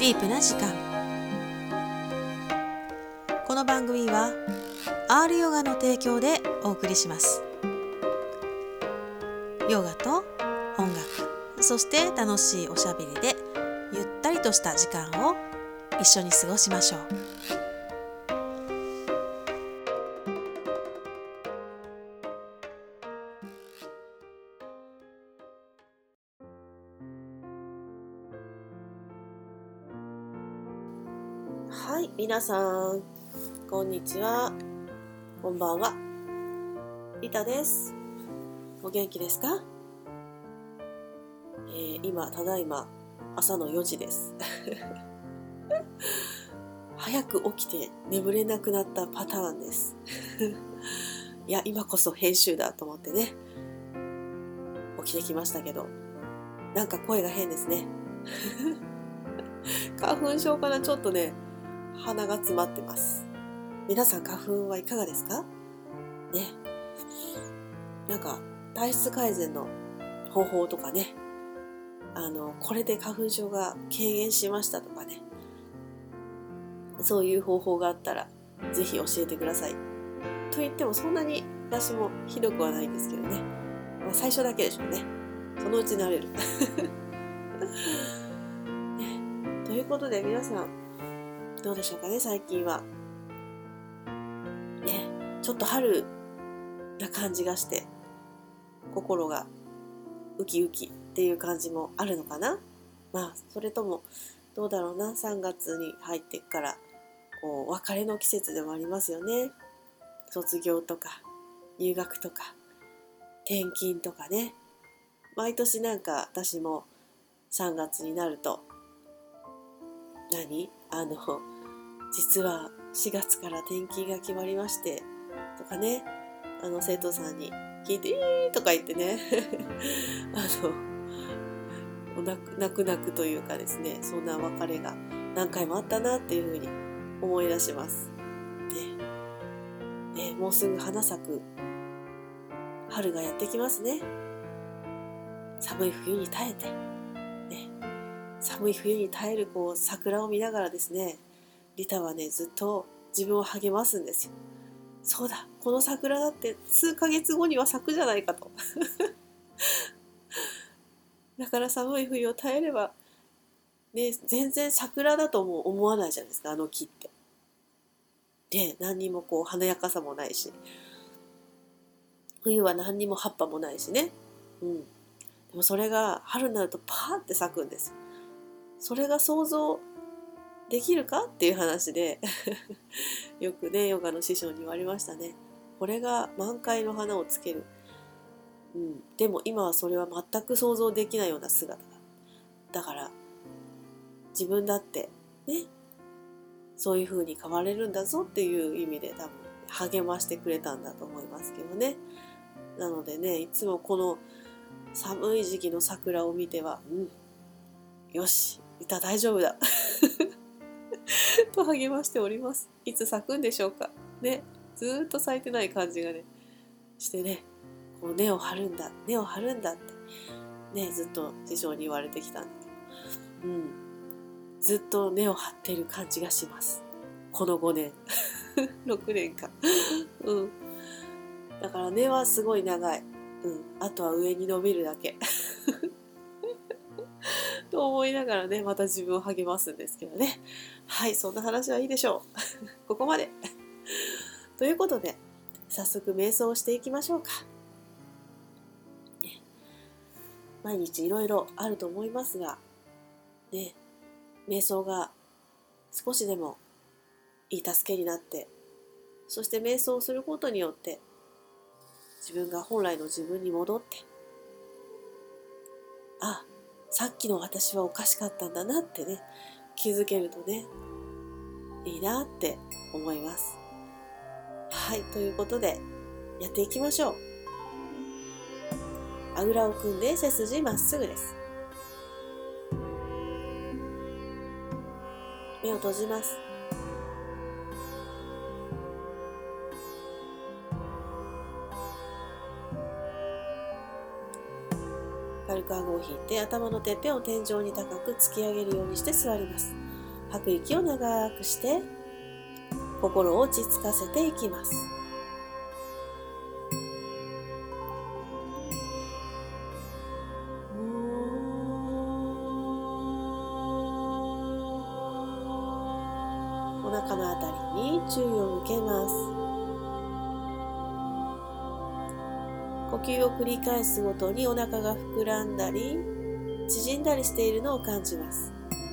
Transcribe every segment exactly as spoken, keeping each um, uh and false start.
ディープな時間。この番組は アール ヨガの提供でお送りします。ヨガと音楽、そして楽しいおしゃべりでゆったりとした時間を一緒に過ごしましょう。はい、皆さんこんにちは、こんばんは。リタです。お元気ですか？えー、今ただいま朝のよじです早く起きて眠れなくなったパターンですいや、今こそ編集だと思ってね起きてきましたけど、なんか声が変ですね花粉症かな。ちょっとね鼻が詰まってます。皆さん花粉はいかがですかね。なんか体質改善の方法とかね、あのこれで花粉症が軽減しましたとかね、そういう方法があったらぜひ教えてください。と言ってもそんなに私もひどくはないんですけどね、まあ、最初だけでしょうね。そのうち慣れる、ね、ということで皆さんどうでしょうかね。最近はね、ちょっと春な感じがして心がウキウキっていう感じもあるのかな。まあそれともどうだろうな。さんがつに入ってからこう別れの季節でもありますよね。卒業とか入学とか転勤とかね。毎年なんか私もさんがつになると何あの実はしがつから転勤が決まりましてとかね、あの生徒さんに聞いてえーとか言ってねあの泣く泣く泣くというかですね、そんな別れが何回もあったなっていうふうに思い出しますね。ね、もうすぐ花咲く春がやってきますね。寒い冬に耐えて、ね、寒い冬に耐えるこう桜を見ながらですね、リタはねずっと自分を励ますんですよ。そうだ、この桜だって数ヶ月後には咲くじゃないかとだから寒い冬を耐えれば、ね、全然桜だとも思わないじゃないですか、あの木って。で、何にもこう華やかさもないし、冬は何にも葉っぱもないしね、うん、でもそれが春になるとパーって咲くんですよ。それが想像できるかっていう話でよくねヨガの師匠に言われましたね。これが満開の花をつける、うん、でも今はそれは全く想像できないような姿だ。だから自分だってね、そういう風に変われるんだぞっていう意味で多分励ましてくれたんだと思いますけどね。なのでね、いつもこの寒い時期の桜を見ては、うん、よし、いた大丈夫だと励ましております。いつ咲くんでしょうかね。ずーっと咲いてない感じがねしてね、こう根を張るんだ根を張るんだってね、ずっと師匠に言われてきたんだけど、うん、ずっと根を張ってる感じがします。このごねんろくねんかうん、だから根はすごい長い、うん、あとは上に伸びるだけと思いながらね、また自分を励ますんですけどね。はい、そんな話はいいでしょうここまでということで早速瞑想をしていきましょうか。毎日いろいろあると思いますがね、瞑想が少しでもいい助けになって、そして瞑想をすることによって自分が本来の自分に戻って、あ、さっきの私はおかしかったんだなってね気づけるとね、いいなって思います。はい、ということでやっていきましょう。あぐらを組んで背筋まっすぐです。目を閉じます。軽く顎を引いて頭のてっぺんを天井に高く突き上げるようにして座ります。 吐く息を長くして心を落ち着かせていきます。お腹のあたりに注意を向けます。呼吸を繰り返すごとにお腹が膨らんだり縮んだりしているのを感じます。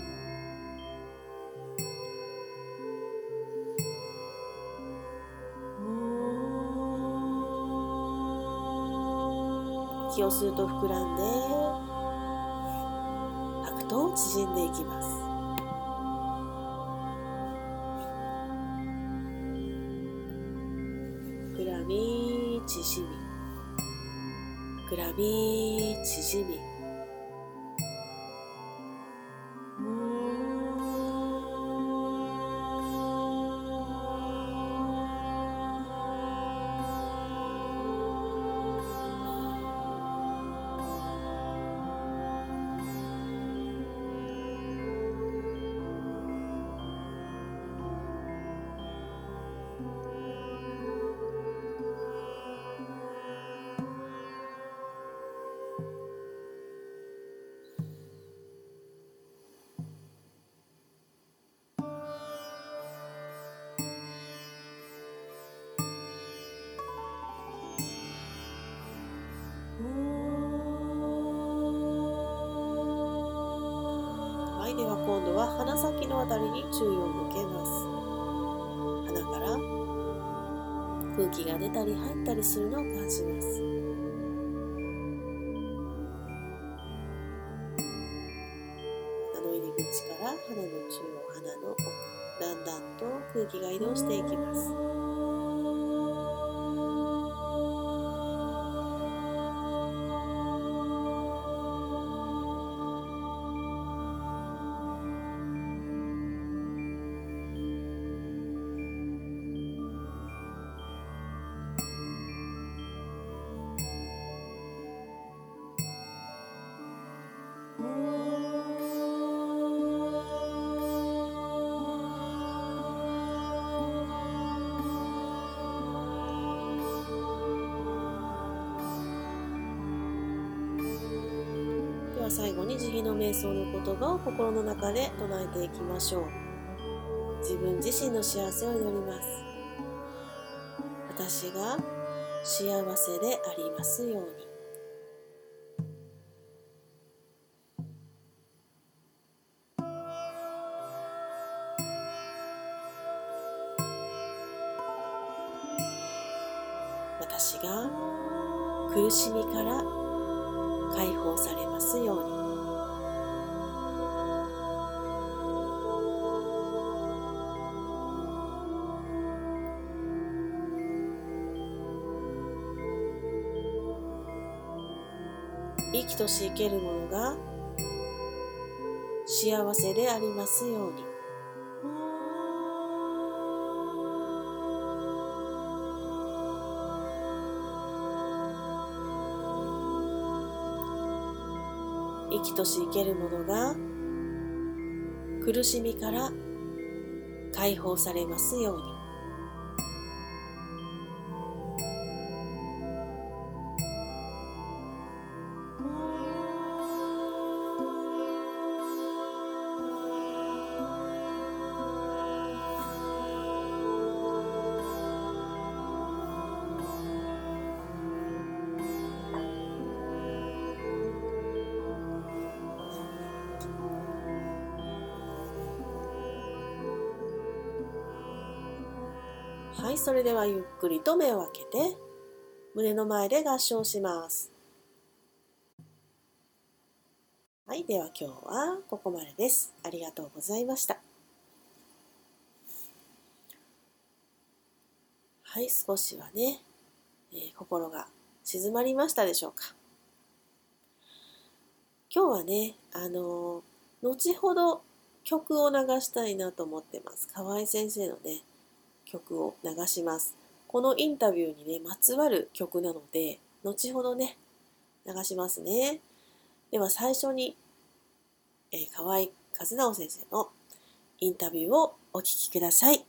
息を吸うと膨らんで、吐くと縮んでいきます。膨らみ縮み、膨らみ縮み、はい、では今度は鼻先のあたりに注意を向けます。鼻から空気が出たり入ったりするのを感じます。鼻の入り口から鼻の中央、鼻の奥、だんだんと空気が移動していきます。では最後に慈悲の瞑想の言葉を心の中で唱えていきましょう。自分自身の幸せを祈ります。私が幸せでありますように。私が苦しみから解放されますように。生きとし生けるものが幸せでありますように。生きとし生けるものが苦しみから解放されますように。はい、それではゆっくりと目を開けて胸の前で合掌します。はい、では今日はここまでです。ありがとうございました。はい、少しはね、えー、心が静まりましたでしょうか。今日はね、あのー、後ほど曲を流したいなと思ってます。河合先生のね、曲を流します。このインタビューにね、まつわる曲なので、後ほどね、流しますね。では最初に、えー、河合和直先生のインタビューをお聞きください。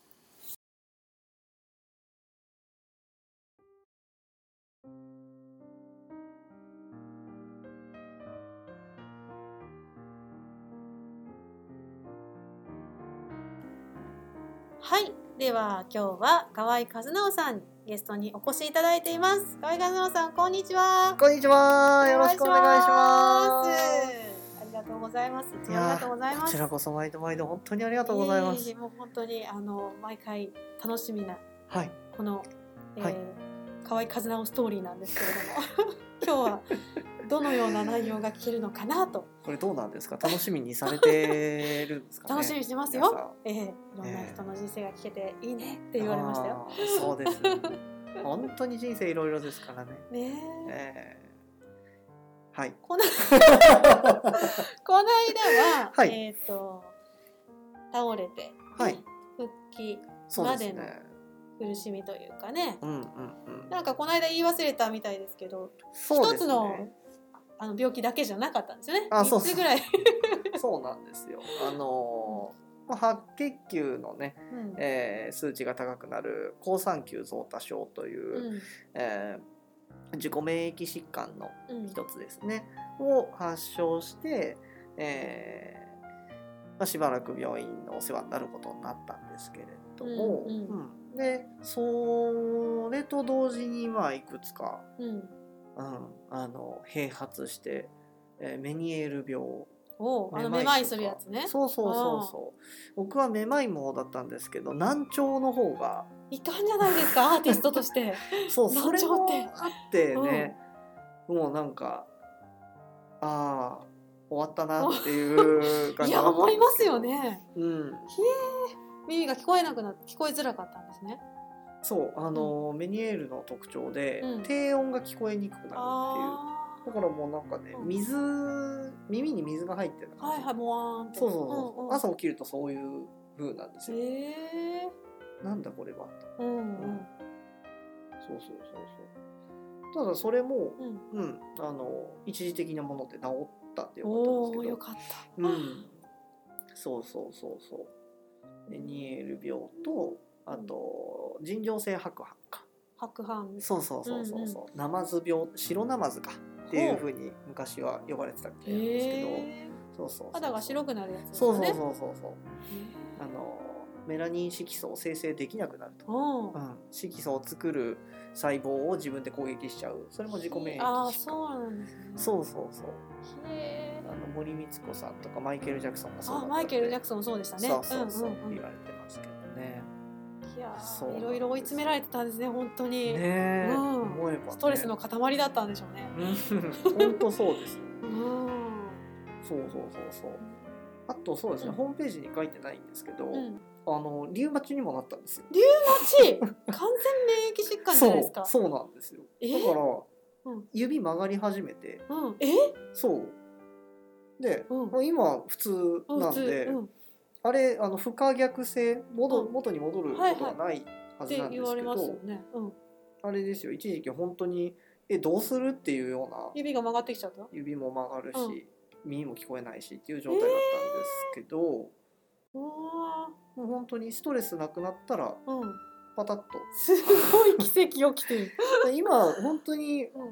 はい、では今日は河合和直さんゲストにお越しいただいています。河合和直さん、こんにちは。 こんにちは。よろしくお願いします。 ありがとうございます。いつもありがとうございます。 こちらこそ毎度毎度本当にありがとうございます。 えー、もう本当にあの毎回楽しみな、 はい、 この、えーはい、河合和直ストーリーなんですけれども今日はどのような内容が聞けるのかなと。 これどうなんですか、楽しみにされてるんですかね。 楽しみにしてますよ、えー、いろんな人の人生が聞けていいねって言われましたよ。 えー、そうです本当に人生いろいろですからね。 ねえー、はいこのこの間は、はい、えっ、ー、と倒れて、 はい、 復帰までの苦しみというかね、 うんうんうん、 なんかこの間言い忘れたみたいですけど、そうですね、一つのあの病気だけじゃなかったんですよね。 あ、そうみっつぐらいそうなんですよ。あのー、白血球のね、うん、えー、数値が高くなる好酸球増多症という、うん、えー、自己免疫疾患の一つですね、うん、を発症して、えーまあ、しばらく病院のお世話になることになったんですけれども、うんうんうん、でそれと同時にまあいくつか、うんうん、あの併発して、えー、メニエール病、 おあのめまいするやつね。 そうそうそうそう。僕はめまいもだったんですけど、難聴の方がいかんじゃないですかアーティストとしてそうそれもあってね、うん、もうなんかああ終わったなっていう感じ。 いや思いますよね。 うん。 ひえ耳が聞こえなくなって聞こえづらかったんですね。 そうあの、うん、メニエールの特徴で、うん、低音が聞こえにくくなるっていう。だからもうなんかね、水、耳に水が入ってる感じ。 はいはい、もわーんって。 そうそうそう、うんうん、朝起きるとそういう風なんですよ。へー。なんだこれは。うんうん。うん、そうそうそうそう。ただそれも、うん、うん、あの一時的なもので治ったってよかったんですけど。おー、よかった。うん。そうそうそうそう。メニエール病と、あと、うん、尋常性白斑か。 白斑。 そうそうそうそうそう。うんうん、ナマズ病、白ナマズか。っていう風に昔は呼ばれてたみたいなんですけど、そうそうそう、 肌が白くなるやつですよね。 そうそうそうそう。あのメラニン色素を生成できなくなると、うん、色素を作る細胞を自分で攻撃しちゃう。それも自己免疫。 ああ、そうなんですね。 そうそうそう。へあの森光子さんとかマイケル・ジャクソンもそうだった。 あ、マイケル・ジャクソンもそうでしたね。 そうそうそう、うんうんうん、言われてますけどね。 いやー、いろいろ追い詰められてたんですね、本当に。 ねえ、うん、思えばね、 ストレスの塊だったんでしょうね。 本当そうです。うん、そうそうそうそう。あとそうですね、うん、ホームページに書いてないんですけど、うん、あのリウマチにもなったんですよ。 リウマチ？完全免疫疾患じゃないですか。 そう、そうなんですよ。だから、うん、指曲がり始めて、 うん、え？ そうで、うん、今普通なんで、うん、あれあの不可逆性元、うん、元に戻ることがないはずなんですけど、 ね、うん、 あれですよ、一時期本当にえどうするっていうような、 指が曲がってきちゃった。 指も曲がるし、うん、耳も聞こえないしっていう状態だったんですけど、えー、もう本当にストレスなくなったら、うん、パタッとすごい奇跡起きてる今本当に、うん、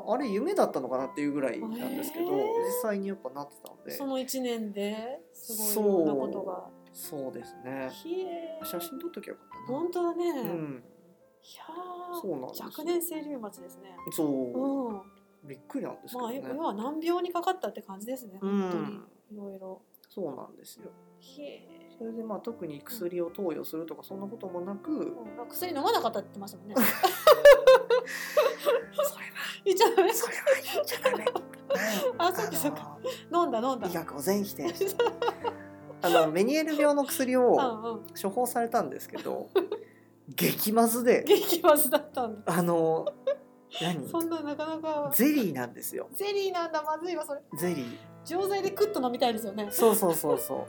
あ, あれ夢だったのかなっていうぐらいなんですけど、えー、実際にやっぱなってたので、 そのいちねんですごいいろんなことが。 そうですね。写真撮っときゃよかったな。 本当だね。うん、いやそうなんです。 若年性リウマチですね。 そう、うん、びっくりなんですけどね。 まあ要は難病にかかったって感じですね。本当にいろいろ。 そうなんですよ。それでまあ特に薬を投与するとかそんなこともなく、 うん、薬飲まなかったって言ってましたもんね。 それは言っちゃダメ。 それは言っちゃダメ。 あ、そっかそっか。飲んだ飲んだ。 医学を全否定して。あのメニエール病の薬を処方されたんですけど、うんうん、激まずで。 激まずだったんだ。 あの何？ そんななかなか。 ゼリーなんですよ。 ゼリーなんだ、まずいわそれ。 ゼリー。 錠剤でクッと飲みたいですよね。 そうそうそうそう。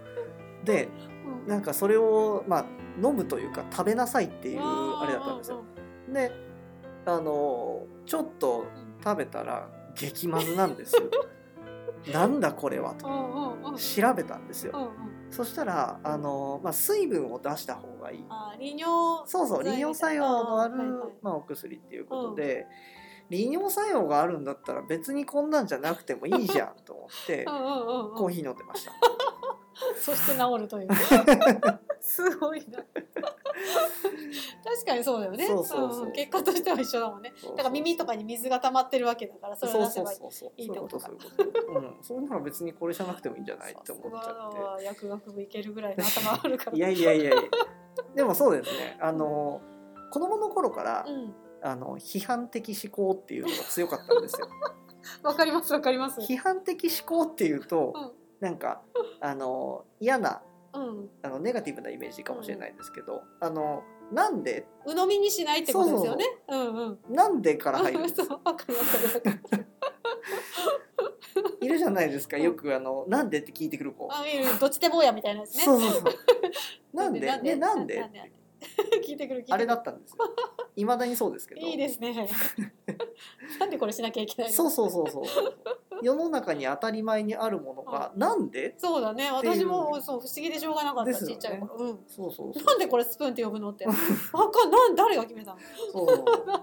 で、うん、なんかそれをまあ飲むというか食べなさいっていうあれだったんですよ。で、あのちょっと食べたら激まずなんですよ。 なんだこれはとうんうんうん調べたんですよ。 うんうんそしたらあの、まあ、水分を出した方がいい。 あ利尿そうそう利尿作用のあるあーはいはいまあ、お薬っていうことで、利尿作用があるんだったら別にこんなんじゃなくてもいいじゃんと思ってうんうんうんうんコーヒー飲んでました。 そして治るというすごいな確かにそうだよね。 そうそうそううんうん結果としては一緒だもんね。 そうそうそうだから耳とかに水が溜まってるわけだからそれを出せばいい。 そうそうそういいってことかそういうことそういうことうんそれなら別にこれじゃなくてもいいんじゃないって思っちゃさすがっは薬学部いけるぐらいの頭あるから。 ていやいやいやいやでもそうですねあの子供の頃から、 うんあの批判的思考っていうのが強かったんですよ。 わかりますわかります。 批判的思考っていうと、 うんなんかあの嫌なうんあのネガティブなイメージかもしれないんですけど、あのなんで鵜呑みにしないってことですよね。うんうん。 なんでから入るんですそうわかるわかるわかる。 いるじゃないですかよくあのなんでって聞いてくる子。 あいるどっちでもやみたいなやつね。 そうそうそう。なんでなんでねなんでなんでって聞いてくる聞いてくる。 あれだったんですよ。いまだにそうですけど。 いいですね。なんでこれしなきゃいけないの。 そうそうそうそう。世の中に当たり前にあるものがなんで？ そうだね。私もそう不思議でしょうがなかった、 ですよねちっちゃい頃。うん。 そうそうそう。 なんでこれスプーンって呼ぶのって。わかんなん誰が決めたの。 そう。うん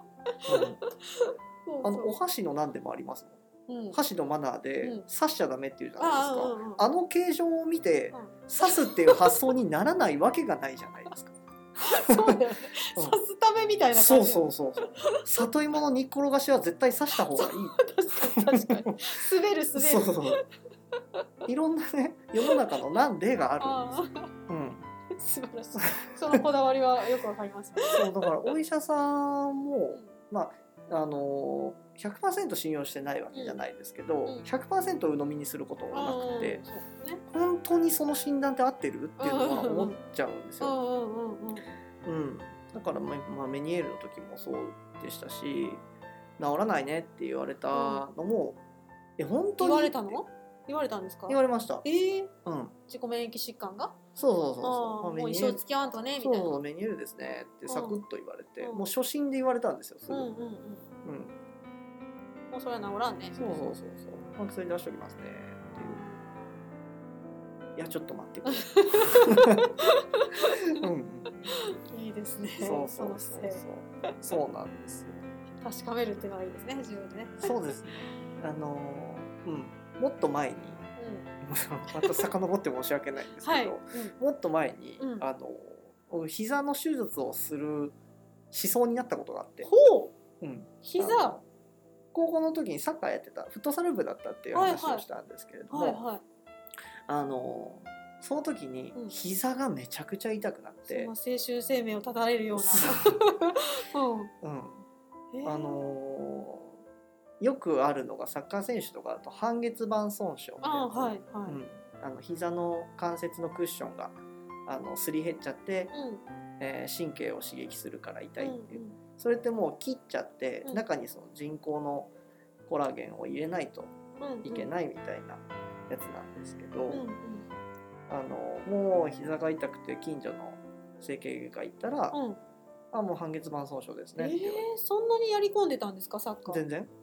そうあのお箸のなんでもありますもん。 うん。 箸のマナーでうん刺しちゃダメっていうじゃないですあか。 うんうんうんあの形状を見てうん刺すっていう発想にならないわけがないじゃないですか。 そうだよね。 うん刺すためみたいなそう感じ。 そうそうそう。里芋の煮っころがしは絶対刺した方がいい。 確かに確かに。滑る滑る。 そうそうそう。いろんなね世の中のなんでがあるんあですよ。うん。 あ素晴らしい。そのこだわりはよくわかります。 そうだからお医者さんもまああの ひゃくパーセント 信用してないわけじゃないですけど、 うんひゃくパーセント 鵜呑みにすることもなくて、 そうね。 本当にその診断って合ってるっていうのは思っちゃうんですよ。 うんうんうんうん。 うん。だからままあメニエールの時もそうでしたし、治らないねって言われたのも、え本当に言われたの？言われたんですか？ 言われました。 ええうん。 自己免疫疾患が？ そうそうそうあそう。 あもう一生付き合わんとねみたいな。 そうそうメニエールですねってサクッと言われて、 うんもう初診で言われたんですよすぐ。 うんうんうん。 うん。 もうそれは治らんね。 そうそうそうそう。まあ薬出しておきますねっていう。いやちょっと待ってくれ。うん。 いいですね。 そうそうそうの姿勢そう。そうなんですよ。 確かめるっていうのがいいですね。自分でね。 そうですね。あのーうんもっと前にうん。 また遡って申し訳ないんですけど、 はい。うんもっと前に、 うんあの僕膝の手術をするしそうになったことがあって、 ほう。 うん、あ膝。 の高校の時にサッカーやってたフットサル部だったっていう話をしたんですけれども、 はいはい。 あのその時にうん膝がめちゃくちゃ痛くなってその、青春生命をただれるような。うん。 うん、 へーあのよくあるのがサッカー選手とかだと半月板損傷みたいなあはいはい。 うん、あの膝の関節のクッションがあのすり減っちゃって、 うん。 えー神経を刺激するから痛いっていう、 うんそれってもう切っちゃって、 うん中にその人工のコラーゲンを入れないとうん。 いけないみたいなやつなんですけど、 うんうん。 あのもう膝が痛くて近所の整形外科行ったら「 うん。 あもう半月板損傷ですえね」って言われて、 ー、そんなにやり込んでたんですかサッカー。 全然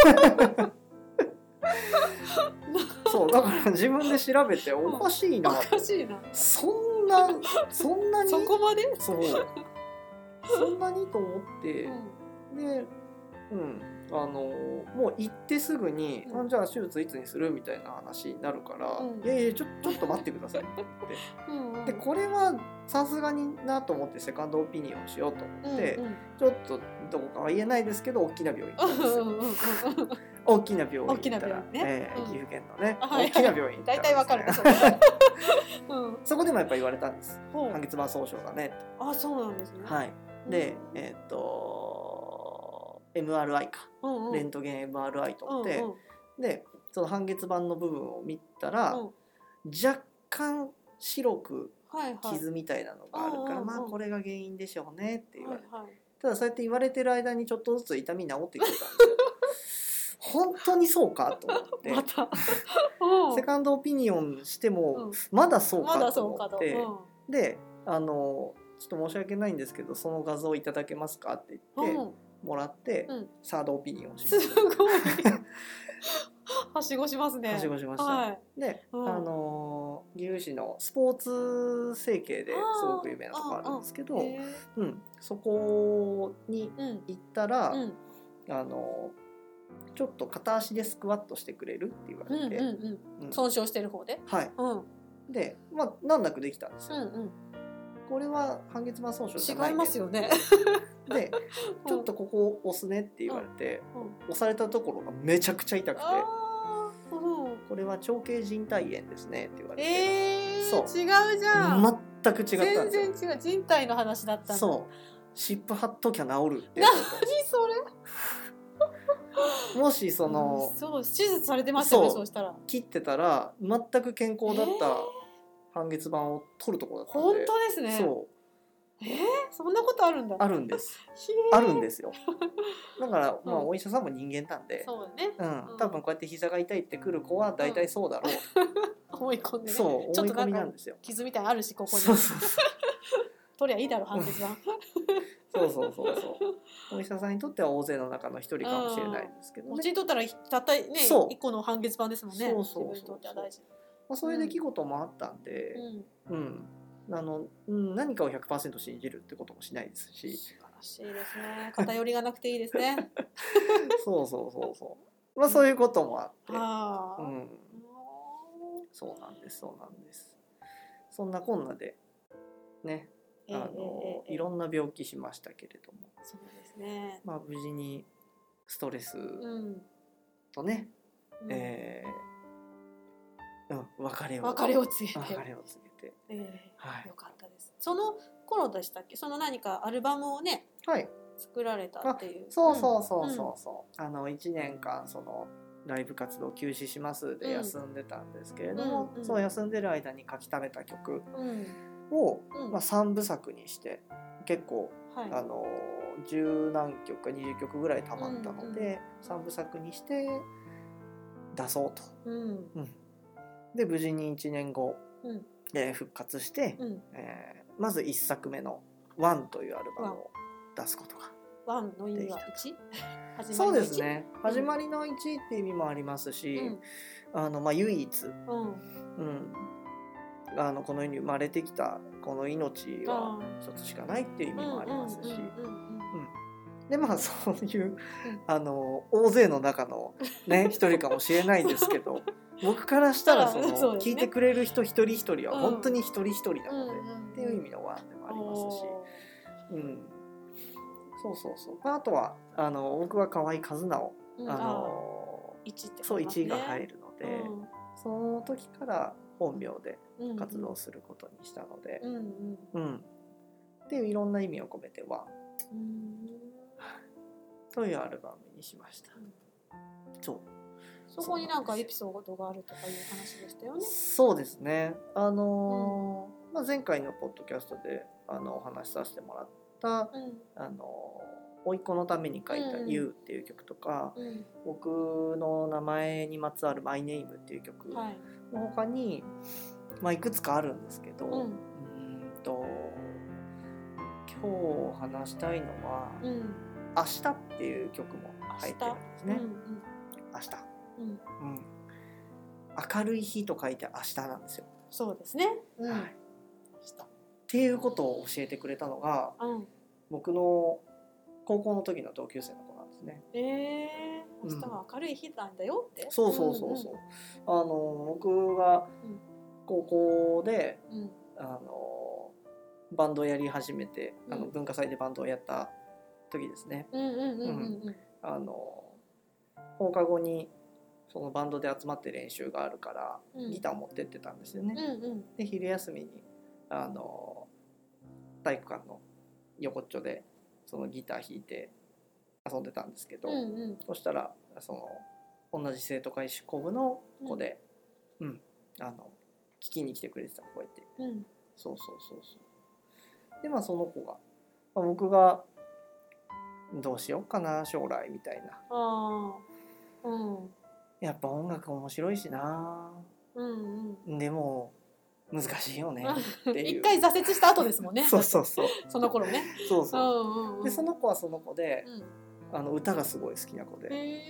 そうだから自分で調べておかしいな、 おかしいな。 そんなそんなにそこまで？ そうそんなにと思って、 うん。 で、うん、あのもう行ってすぐに、 うんあじゃあ手術いつにするみたいな話になるから、 うんいやいやちょちょっと待ってくださいってうんうん。 でこれはさすがになと思ってセカンドオピニオンしようと思って、 うんうんちょっとどこかは言えないですけど大きな病院行ったんですよ。 うんうんうんうん。 大きな病院行ったら大きな病院ねうんえー岐阜県のね、 あはいはい大きな病院行ったら大体わかるねですそねれ。うん。 そこでもやっぱ言われたんです。 ほう半月板損傷だねって。 あそうなんですね。 はい。で、えーっと エムアールアイ か、 うんうん。 レントゲン エムアールアイ 撮って、 うんうんでその半月板の部分を見たら、 うん若干白くはいはい。 傷みたいなのがあるから、 うんうんうんまあこれが原因でしょうねって言われて、 はいはい。 ただそうやって言われてる間にちょっとずつ痛み治ってきてたんですよ。本当にそうかと思って、 また。 セカンドオピニオンしても、 うんまだそうまだかとそうかと。 思って、 うであのちょっと申し訳ないんですけどその画像いただけますかって言って、 ん。うん。 もらって、 うんサードオピニオンしすました。 ごい。 はしごしますね。 はしごしました。 はい、 で、 うん、 あの岐阜市のスポーツ整形ですごく有名なとこあるんですけど、うん、そこに行ったら、うんうん、あのちょっと片足でスクワットしてくれるって言われて、うんうんうん、損傷してる方で、 はい、うん、で、まあ難なくできたんですよ。うんうん、これは半月板損傷じゃないね。 違いますよね。 で、ちょっとここを押すねって言われて、うんうん、押されたところがめちゃくちゃ痛くて、うん、これは長径靭帯炎ですねって言われて、えー、そう違うじゃん。全く違ったんですよ。 全然違う、靭帯の話だったんだ。 そう、湿布貼っときゃ治るって。 何それ。 もしその、 うん、そう手術されてましたよね。そうしたら切ってたら全く健康だった半月板を取るところだったんで。 本当ですね。そう。えー、そんなことあるんだ。 あるんです。あるんですよ。だからまあお医者さんも人間なんで、そうね。うん、多分こうやって膝が痛いってくる子は大体そうだろう。 うん、思い込んでね。 そう思い込みなんですよ。 傷みたいなあるしここに。 そうそうそう。 取りゃいいだろ半月板。 そうそうそうそう。お医者さんにとっては大勢の中の一人かもしれないですけどね。 うちにとったらたったね一個の半月板ですもんね。そうそうそう。自分にとっては大事。 まあそういう出来事もあったんで、うん。うんあのうん、何かを ひゃくパーセント 信じるってこともしないですし。 素晴らしいですね。偏りがなくていいですね。 そうそうそうそう。まあそういうこともあって、うん、そうなんですそうなんです。そんなこんなでね、あの、えーえー、いろんな病気しましたけれども、 そうですね。 まあ無事にストレスとね、うん、えー、うん、別れを別れを告げて、 別れを告げて、 えーはい、よかったです。その頃でしたっけ？その何かアルバムをね、はい、作られたっていう。 そうそうそうそうそう。うん、あのいちねんかんそのライブ活動休止しますで休んでたんですけれども、うん、そう休んでる間に書き溜めた曲を、うんまあ、さんぶさくにして結構、はい、あの十何曲かにじゅっきょくぐらい溜まったので、うんうん、さんぶさくにして出そうと。うんうん、で無事にいちねんご、うんえー、復活して、うんえー、まずいっさくめの「ワン」というアルバムを出すことがワンの意味はいち？ そうですね。始まりのいちっていう意味もありますし、うん、あのまあ唯一、うんうん、あのこの世に生まれてきたこの命は一つしかないっていう意味もありますし、でまあそういう、うん、あの大勢の中のね一人かもしれないですけど、僕からしたらそのそ、ね、聞いてくれる人一人一人は本当に一人一人なので、うん、っていう意味のワンでもありますし、うん。そうそうそう。あとはあの僕は河合和直、うん、あのいちって、ね、 そういちが入るので、うん、その時から本名で活動することにしたので、うんうんうん、っていういろんな意味を込めては、うん、というアルバムにしました。うん、そう。 そこになんかエピソードがあるとかいう話でしたよね。 そうですね。あのーうんまあ、前回のポッドキャストであのお話しさせてもらった、うん、あの甥っ子のために書いた「ユー」っていう曲とか、うん、僕の名前にまつわる「マイネーム」っていう曲の他に、まあ、いくつかあるんですけど、うん、うんと今日話したいのは「うん、明日」っていう曲も入ってるんですね。明日、うんうん明日うんうん、明るい日と書いて明日なんですよ。 そうですね、うんはい、 明日っていうことを教えてくれたのが、うん、僕の高校の時の同級生の子なんですね。 えー、明日は明るい日なんだよって、 うん、そうそうそうそう、うんうん、あの僕が高校で、うん、あのバンドをやり始めて、うん、あの文化祭でバンドをやった時ですね。あの放課後にそのバンドで集まって練習があるから、うん、ギターを持ってってたんですよね。うんうん、で昼休みにあの体育館の横っちょでそのギター弾いて遊んでたんですけど、うんうん、そしたらその同じ生徒会志向部の子で、うんうん、あの聞きに来てくれてた子がいて、うん、そうそうそうそうでまあその子が、まあ、僕がどうしようかな将来みたいな。あうん、やっぱ音楽面白いしな、うんうん、でも難しいよねっていう一回挫折した後ですもんね。 そうそうそうその頃ね。 そうそう、うんうんうん、でその子はその子で、うん、あの歌がすごい好きな子で、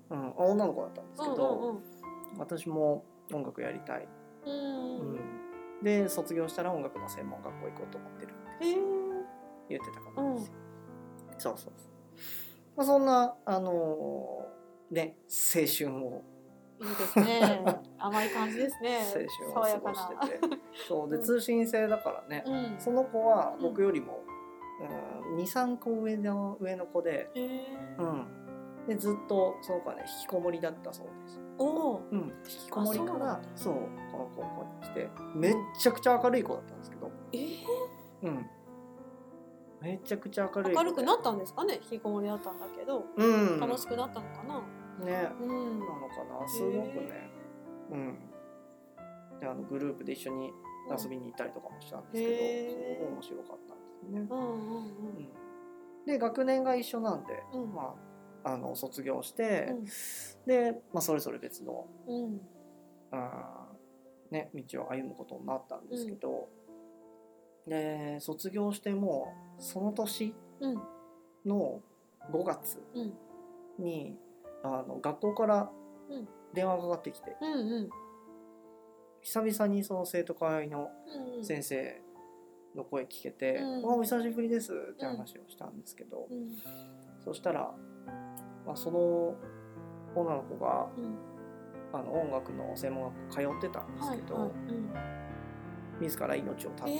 うん、女の子だったんですけど、 うんうんうん、 私も音楽やりたい、 うん、 うん、で卒業したら音楽の専門学校行こうと思ってるって言ってたからなんですよ、うん、そうそうそう、まあ、そんなあのー、ね青春をいいですね甘い感じですね青春を過ごしててそうで、通信制だからね、 うん、 その子は僕よりも、うん、にさんこ上の上の子で、うん、でずっとその子はね引きこもりだったそうです。 お、 うん、引きこもりからそう、この高校に来てめっちゃくちゃ明るい子だったんですけど、 えー、 うん、めちゃくちゃ明るい子で明るくなったんですかね、引きこもりだったんだけど、うん、楽しくなったのかなね、 うん、 なのかな、すごくね、うん、であのグループで一緒に遊びに行ったりとかもしたんですけど、すごく面白かったんですね、うんうんうんうん、で学年が一緒なんで、うん、まあ、あの卒業して、うん、で、まあ、それぞれ別の、うん、あね、道を歩むことになったんですけど、うん、で卒業してもうその年のごがつに、うん、あの学校から電話がかかってきて、うんうん、久々にその生徒会の先生の声聞けて、うん、お久しぶりですって話をしたんですけど、うん、そしたら、まあ、その女の子が、うん、あの音楽の専門学校通ってたんですけど、はいはい、うん、自ら命を絶ったと。え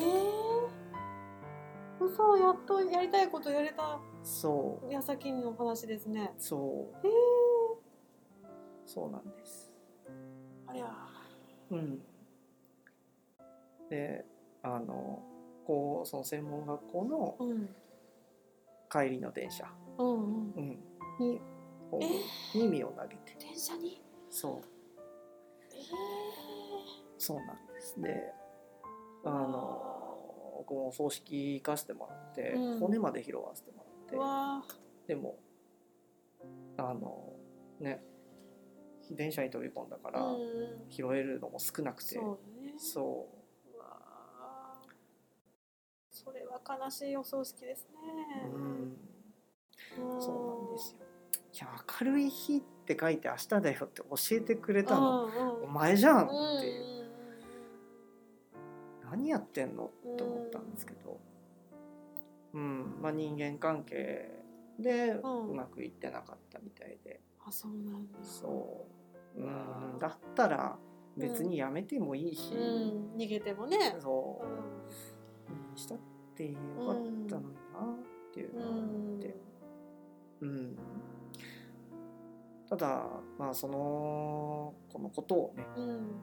ー、嘘、やっとやりたいことやれた矢先の話ですね。 そう、 えー、 そうなんです。 ありゃ、 うん、であのこうその専門学校の帰りの電車、うんうんうん、にホームに身を投げて、 電車に、 そう、えー、そうなんです。であのこの葬式行かせてもらって、うん、骨まで拾わせてもらって、でもあのね電車に飛び込んだから、うん、拾えるのも少なくて、そうね、そう、うわ、 それは悲しいお葬式ですね。 うん、そうなんですよ。いや、明るい日って書いて明日だよって教えてくれたの、うんうん、お前じゃんっていう、うんうん、何やってんのって思ったんですけど、うん、まあ人間関係でうまくいってなかったみたいで、 うん、あ、そうなんだ。 そう、うん、だったら別にやめてもいいし、うんうん、逃げてもね、 そう、うん、したってよかったのになっていうのを思って、うん、うん、ただまあそのこのことをね、うん、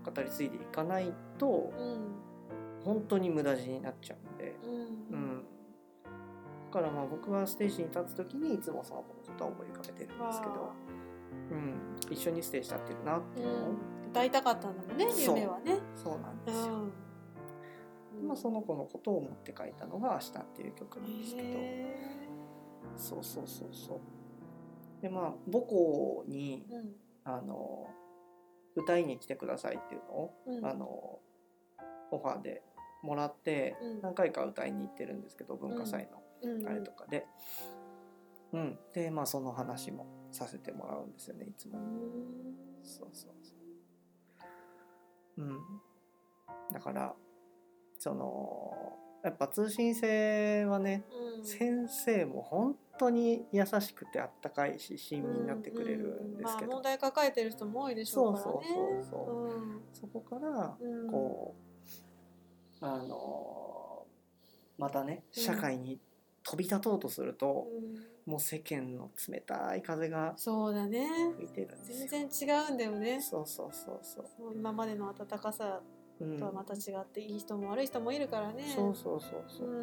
語り継いでいかないと、うん、本当に無駄死になっちゃうんで、うんうん、だからまあ僕はステージに立つ時にいつもその子のことは思い浮かべてるんですけど、うん、一緒にステージ立ってるなっていうのを、 うん、歌いたかったんだもんね、夢はね。 そうなんですよ、うん、まあ、その子のことを思って書いたのが「明日」っていう曲なんですけど、そうそうそうそう、でまあ母校に、うん、あの歌いに来てくださいっていうのを、うん、あのオファーでもらって何回か歌いに行ってるんですけど、文化祭のあれとかで、うんうん、でまあその話もさせてもらうんですよね、いつも。そうそうそう、うん、だからそのやっぱ通信制はね、うん、先生も本当に優しくてあったかいし親身になってくれるんですけど、うんうん、まあ、 問題抱えてる人も多いでしょうからね。 そうそうそうそう、うん、そこからこう、うん、あのまたね社会に飛び立とうとすると、うん、もう世間の冷たい風が吹いてるんですよ。 全然違うんだよね。 そうそうそうそう、 今までの温かさとはまた違っていい人も悪い人もいるからね。 そうそうそうそう、うん、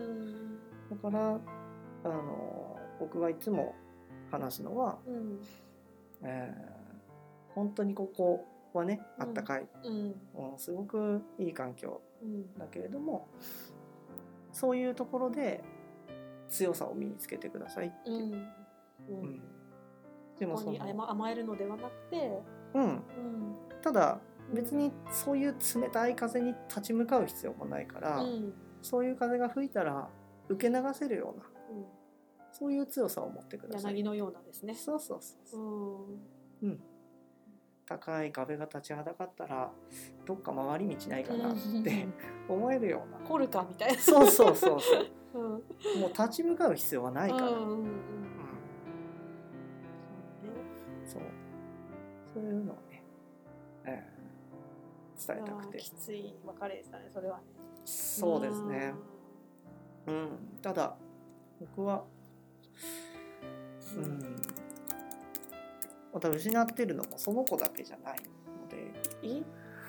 だからあの僕がいつも話すのは、うん、えー、本当にここはねあったかい、うんうん、すごくいい環境だけれども、うん、そういうところで強さを身につけてくださいっていう、うんうん、 でもそこに甘えるのではなくて、 うんうん、ただ別にそういう冷たい風に立ち向かう必要もないから、うん、そういう風が吹いたら受け流せるような、うん、そういう強さを持ってください。 柳のようなですね。 そうそうそうそう、うん、 うん高い壁が立ちはだかったらどっか回り道ないかなって思えるような掘るかみたいなそうそうそうそう、 うん、 もう立ち向かう必要はないから、 うんうんうん、 うんそうね、 そうそういうのをね、えー、伝えたくて。 きつい別れでしたねそれはね。 そうですね、うん、ただ僕はうんまた失ってるのもその子だけじゃないのでえ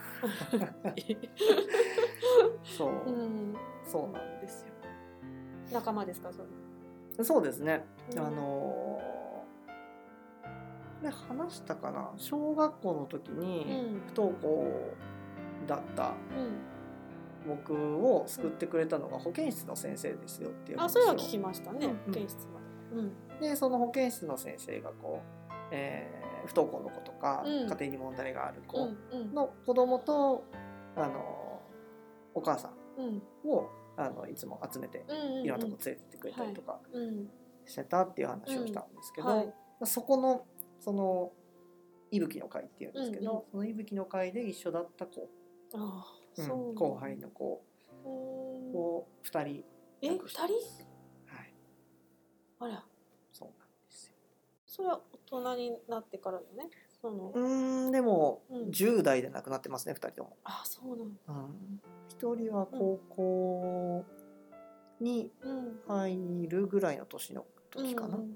そう、 うん、 そうなんですよ。 仲間ですかそれ。 そうですね、 うん、 あのー、ね話したかな、小学校の時に不登校だった僕を救ってくれたのが保健室の先生ですよっていう話を、 あ、それは聞きましたね、 うんうん、 保健室まで、うん、でその保健室の先生がこう、えー、不登校の子とか、うん、家庭に問題がある子の子供と、あのお母さんを、あのいつも集めていろんなとこ連れてってくれたりとかしてたっていう話をしたんですけど、うんはい、そこのそのいぶきの会っていうんですけど、うんうん、そのいぶきの会で一緒だった子、あ、うん、後輩の子をふたり亡くしてます。え、ふたり？はい。あら。そうなんですよ。 それは大人になってからよね。そのうーんでも、うん、じゅう代で亡くなってますねふたりとも。 あ、そうなんだ。うん、 ひとりは高校に入るぐらいの年の時かな。うんうん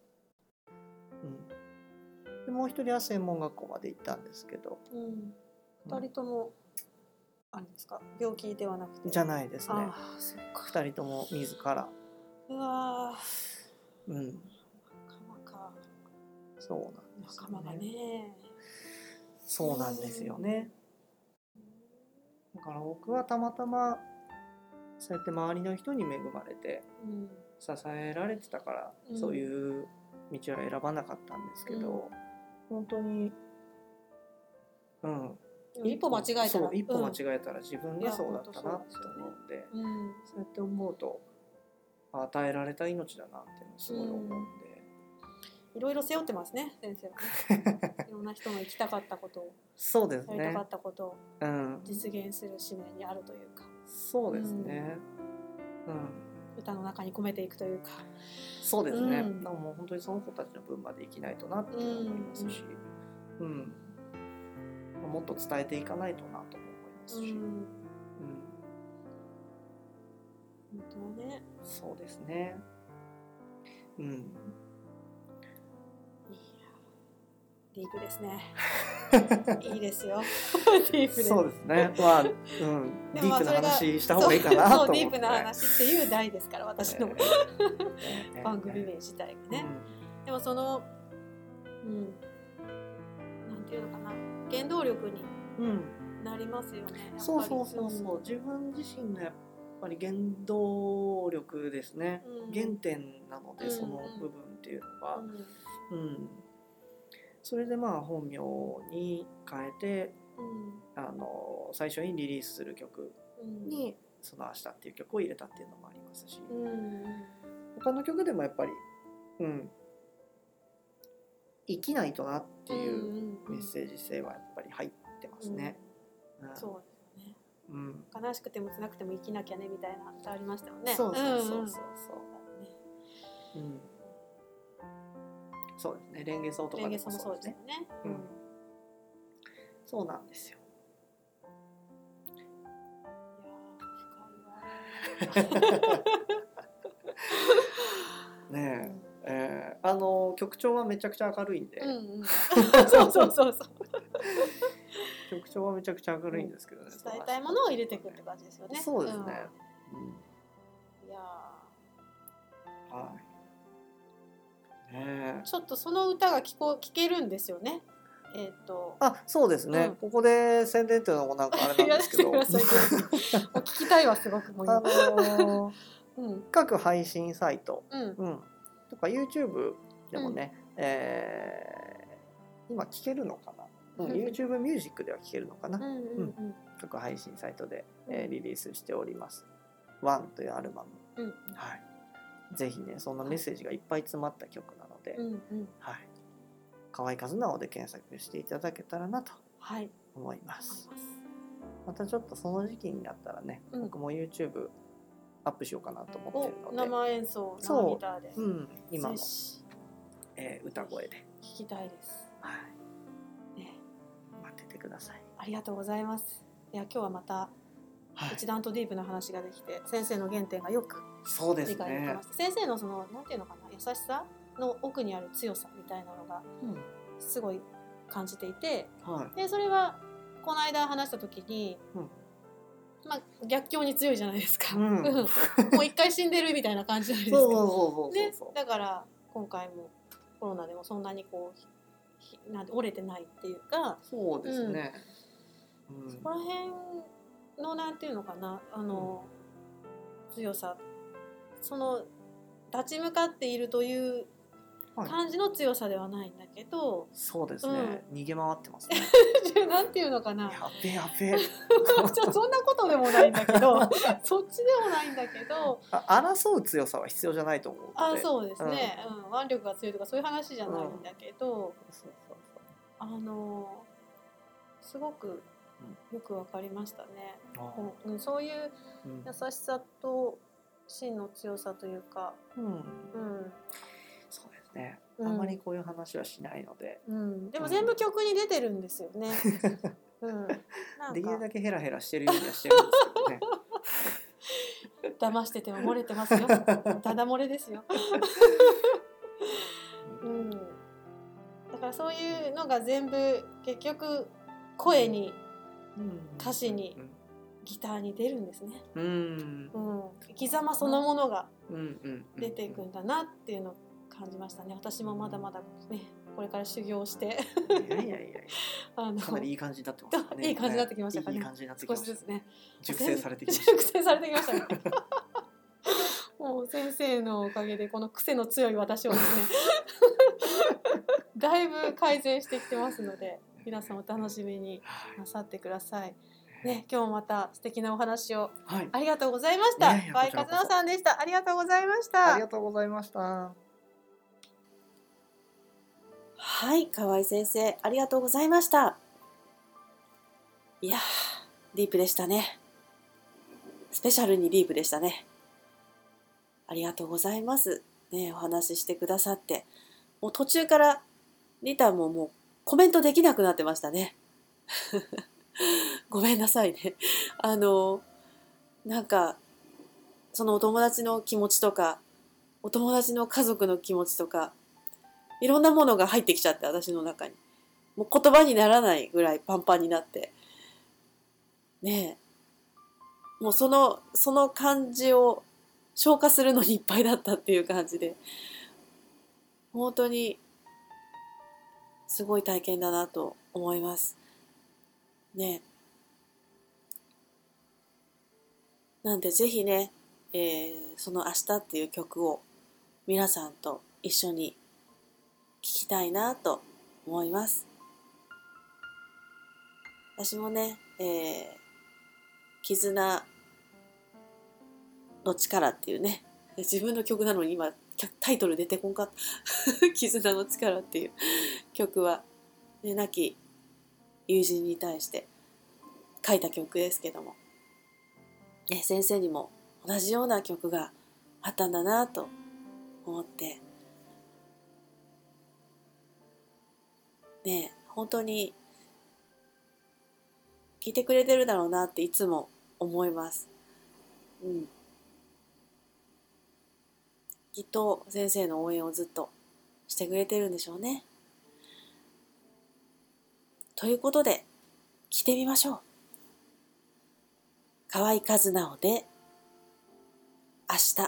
うん、でもうひとりは専門学校まで行ったんですけど、うん、 ふたりともあれですか、病気ではなくて。 じゃないですね。 あ、そっか。 ふたりとも自ら。 うわうん。 仲間か。 そうなんですよね。 仲間がね。 そうなんですよね。だから僕はたまたまそうやって周りの人に恵まれて支えられてたから、うん、そういう道は選ばなかったんですけど、うん、本当に、うん、 一歩間違えたらそう一歩間違えたら自分がそうだったなと思うんで、うん、そうやって思うと与えられた命だなってすごい思うんで、 うん、いろいろ背負ってますね先生はねいろんな人の行きたかったことをそうですね、 やりたかったことを実現する使命にあるというか、 うん、そうですね、うんうん、 歌の中に込めていくというか、 そうですね、うん、もう本当にその子たちの分まで生きないとなって思いますし、うんうんうん、もっと伝えていかないとなとも思いますし、うんうん、 本当はね、 そうですね、うん、いやディープですねいいですよディープで、 そうですね、まあ、うん、ディープな話した方がいいかなと思って、そうディープな話っていう題ですから私の、えー、番組名自体がね、うん、でもその、うん、なんていうのかな、原動力になりますよね、うん、 そうそうそうそう、うん、自分自身のやっぱり原動力ですね、うん、原点なので、その部分っていうのが、うん、うん、それでまあ本名に変えて、うん、あの最初にリリースする曲に「その明日」っていう曲を入れたっていうのもありますし、うん、他の曲でもやっぱり、うん、生きないとなっていうメッセージ性はやっぱり入ってますね。 うんうん、そうですよね、うん、悲しくても辛くても生きなきゃねみたいな歌ありましたよね。 そうそうそうそうそう、うんうん、そうですね、レンゲソウとかでもそうですね。うん、そうなんですよ。いや深いわねえ、えー、あの曲調はめちゃくちゃ明るいんで、うんうん、 そうそうそうそう曲調はめちゃくちゃ明るいんですけどね、 うん、伝えたいものを入れていくって感じですよね。 そうですね、うんうん、 いやはい、ね、 ちょっとその歌が聞こ聞けるんですよね。えー、とあ、そうですね、うん、ここで宣伝っていうのもなんかあれなんですけどお聞きたいわすごくもう今、あのーうん、各配信サイト、うんうん、とか YouTube でもね、うん、えー、今聞けるのかな、うん、YouTube ミュージックでは聞けるのかな、うんうんうん、各配信サイトで、えー、リリースしております「ワン」というアルバム、うん、はい、ぜひねそんなメッセージがいっぱい詰まった曲なので、うんうん、はい、 河合和直で検索していただけたらなとはい思います。 思います。 またちょっとその時期になったらね、 うん僕も YouTube アップしようかなと思ってるので、 生演奏そう生ギターで、 うん、今のぜ、ひえー歌声で、 聞きたいです、 はいね、 待っててください。 ありがとうございます。いや今日はまたはい、 一段とディープな話ができて、先生の原点がよくそうです理解できねました。先生のそのなんていうのかな、優しさの奥にある強さみたいなのがうんすごい感じていて、 はでそれはこの間話した時に、 うんまあ逆境に強いじゃないですか、 うんもう一回死んでるみたいな感じじゃないい、 ですか。 そうそうそうそうねそう、 だから今回もコロナでもそんなにこうひなんて折れてないっていうか、 そうですね、うんそこら辺のなんていうのかな、あの、強さ、その立ち向かっているというはい感じの強さではないんだけど、 そうですね、逃げ回ってますね。 なんていうのかな、 やべやべちょそんなことでもないんだけどそっちでもないんだけど、 あ争う強さは必要じゃないと思うので。 あそうですね、うん腕力が強いとかそういう話じゃないんだけど、 そうそうそうあのすごくよくわかりましたね、 あうん、そういううん優しさと芯の強さというか、 うんうんそうですね、 うんあんまりこういう話はしないので、 うん、でも全部曲に出てるんですよね、うん、なんできるかだけヘラヘラしてるようにはしてるんですけどね。 騙してても漏れてますよただ漏れですよ、うん、だからそういうのが全部結局声に歌詞にギターに出るんですね、 うんうん、生き様そのものがうんうん出ていくんだなっていうのを感じましたね。私もまだまだねこれから修行していやいやいやあのかなりいい感じになってますね。 いい感じになってきましたかね。 いい感じになってきました。 少しずつね熟成されてきました。 熟成されてきましたねもう先生のおかげでこの癖の強い私はですねだいぶ改善してきてますので、皆さんお楽しみになさってください。ね、今日もまた素敵なお話をありがとうございました。 はい、 河合和直さんでした。ありがとうございました。 ありがとうございました。 はい、河合先生、ありがとうございました。いやー、ディープでしたね。スペシャルにディープでしたね。ありがとうございます。ね、お話ししてくださって、もう途中からリタももうコメントできなくなってましたね。ごめんなさいね。あのなんかそのお友達の気持ちとか、お友達の家族の気持ちとか、いろんなものが入ってきちゃって、私の中にもう言葉にならないぐらいパンパンになってねえ、もうそのその感じを消化するのにいっぱいだったっていう感じで、本当にすごい体験だなと思いますね。なんでぜひね、えー、その明日っていう曲を皆さんと一緒に聴きたいなと思います。私もね、えー、絆の力っていうね、自分の曲なのに今タイトル出てこんかった絆の力っていう曲は、ね、亡き友人に対して書いた曲ですけども、ね、先生にも同じような曲があったんだなと思ってね、本当に聞いてくれてるだろうなっていつも思います。うん。きっと先生の応援をずっとしてくれてるんでしょうね。ということで聞いてみましょう。河合和直で明日。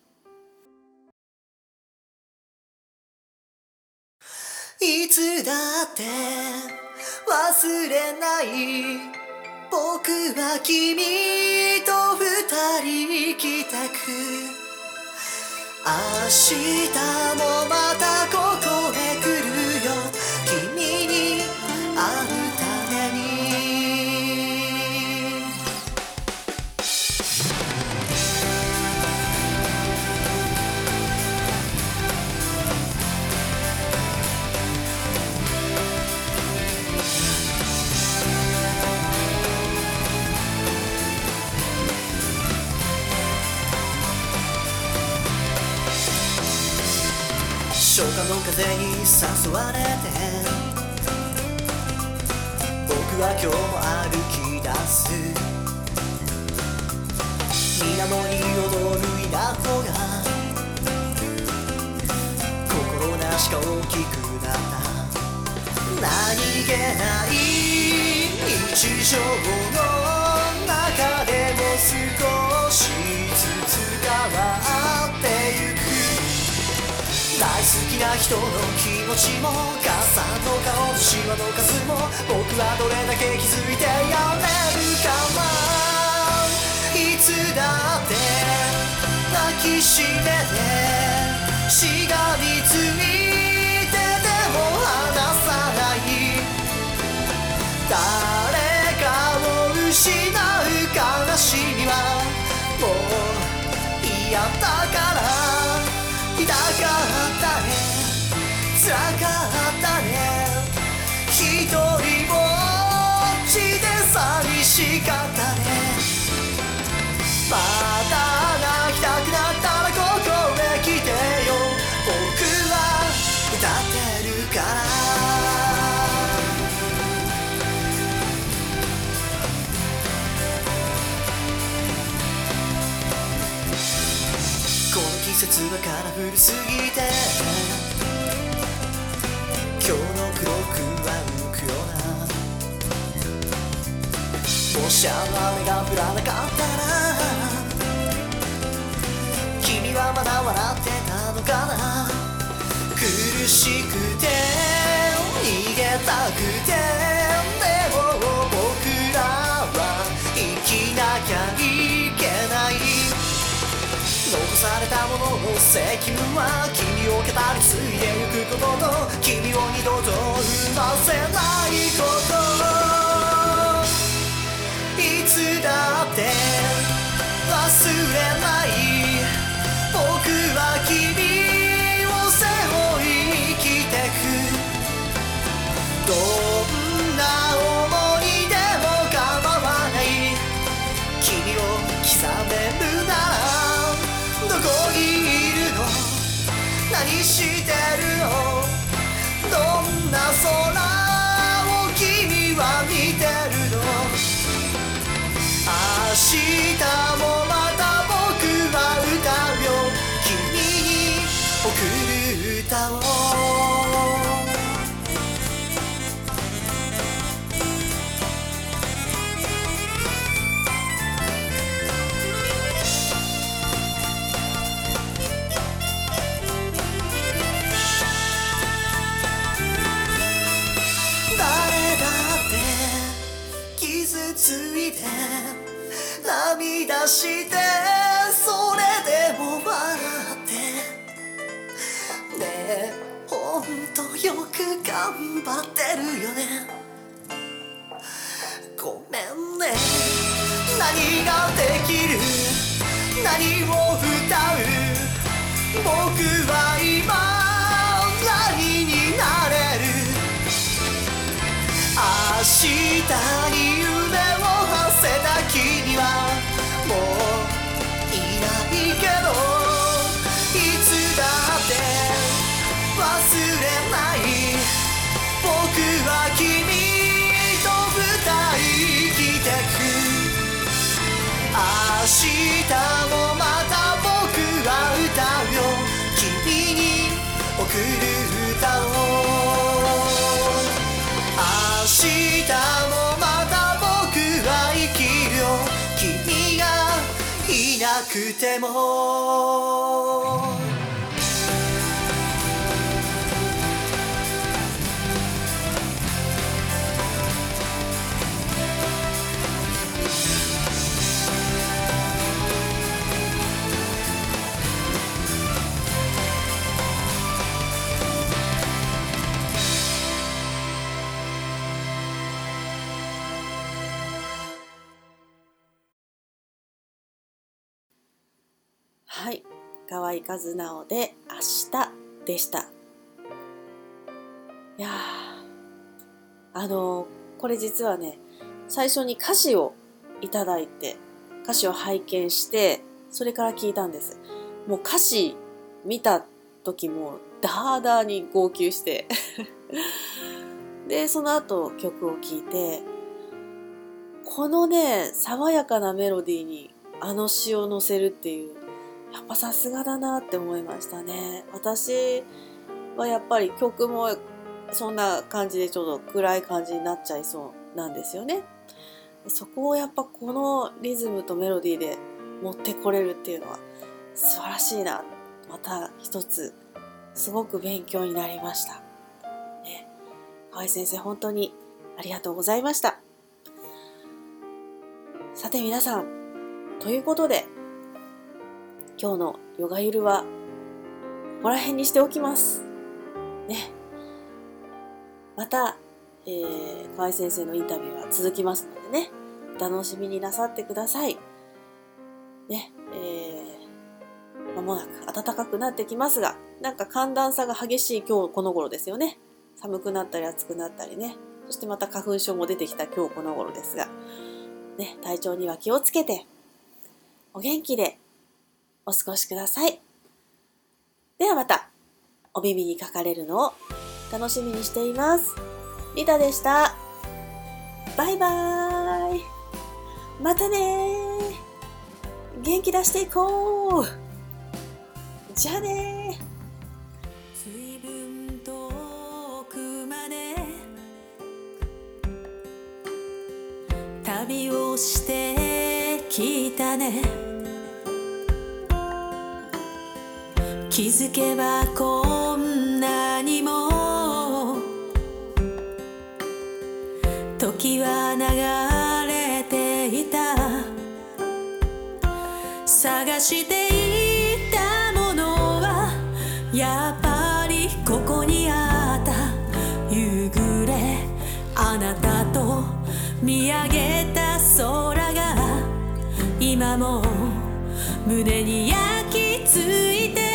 いつだって忘れない僕は君と二人行きたく明日もまたここへ来るよ君に会うために初夏の風に誘われて僕は今日も歩き出す。水面に踊る稲穂が心なしか大きくなった。何気ない日常の中でも少しずつ変わってゆく。大好きな人の気持ちも母さんの顔とシワの数も僕はどれだけ気づいてやれるかな。いつだって抱きしめてしがみついてでも離さない。誰かを失う悲しみはもう嫌だから痛かったね辛かったね一人ぼっちで寂しかったね。また泣きたくなったらここへ来てよ僕は歌ってるから。この季節はカラフルすぎて今日の黒くは浮くような。もしあの雨が降らなかったら君はまだ笑ってたのかな。苦しくて逃げたくてでも僕らは生きなきゃいけない。残されたものの責務は君を語り継いでゆくことと君を二度と生ませないこと。いつだって忘れない僕は君を背負い生きてく。どんな思いでも構わない君を刻めるならどこにいるの何してるのどんな空を君は見てるの。明日もまた僕は歌うよ君に贈る歌を。ついて涙してそれでも笑ってねえほんとよく頑張ってるよね。ごめんね何ができる何を歌う僕は今何になれる。明日に夢を馳せた君はもういないけどいつだって忘れない僕は君と二人生きてく。明日もまた僕は歌うよ君に贈る歌を。明日もまた僕は生きるよ君がいなくても。 はい、河合和直で明日でした。いやー、あのー、これ実はね、最初に歌詞をいただいて、歌詞を拝見して、それから聞いたんです。もう歌詞見た時もダーダーに号泣してでその後曲を聴いて、このね爽やかなメロディーにあの詩を乗せるっていう、やっぱさすがだなって思いましたね。私はやっぱり曲もそんな感じでちょっと暗い感じになっちゃいそうなんですよね。そこをやっぱこのリズムとメロディーで持ってこれるっていうのは素晴らしいな。また一つすごく勉強になりました、ね、河合先生本当にありがとうございました。さて皆さん、ということで今日のヨガゆるはここら辺にしておきますね。また、えー、河合先生のインタビューは続きますのでね、お楽しみになさってくださいね。えー、間もなく暖かくなってきますが、なんか寒暖差が激しい今日この頃ですよね。寒くなったり暑くなったりね、そしてまた花粉症も出てきた今日この頃ですがね、体調には気をつけてお元気でお過ごしください。ではまたお耳にかかれるのを楽しみにしています。リタでした。バイバーイ。またねー。元気出していこう。じゃあねー。 随分遠くまで旅をしてきたね。気づけばこんなにも時は流れていた。探していたものはやっぱりここにあった。夕暮れあなたと見上げた空が今も胸に焼き付いて、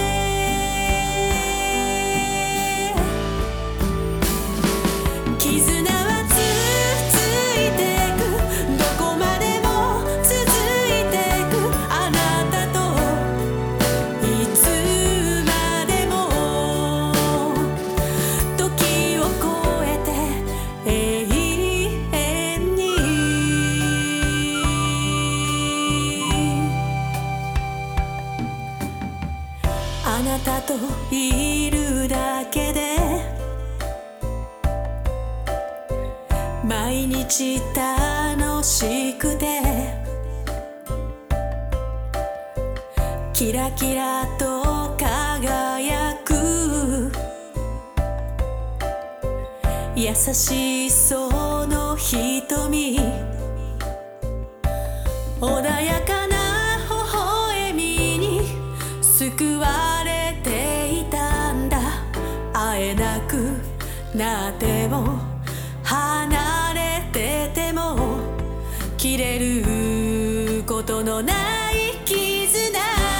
絆はつついてく、どこまでも続いてく。あなたといつまでも時を超えて永遠に。あなたといるだけで毎日楽しくて、キラキラと輝く優しいその瞳、穏やかな微笑みに救われていたんだ。会えなくなっても離れてても切れることのない絆。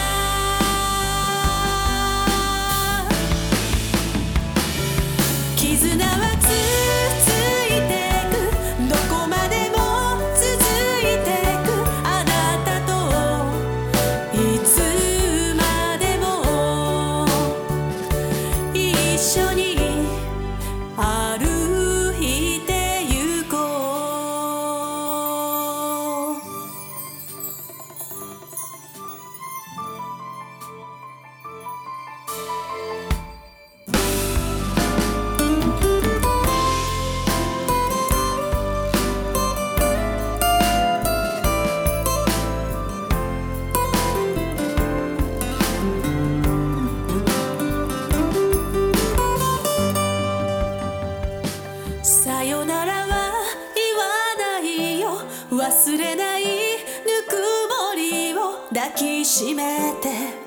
絆はつついてく、どこまでも続いてく。あなたといつまでも一緒に歩いてゆこう。さよならは言わないよ、忘れないぬくもりを抱きしめて。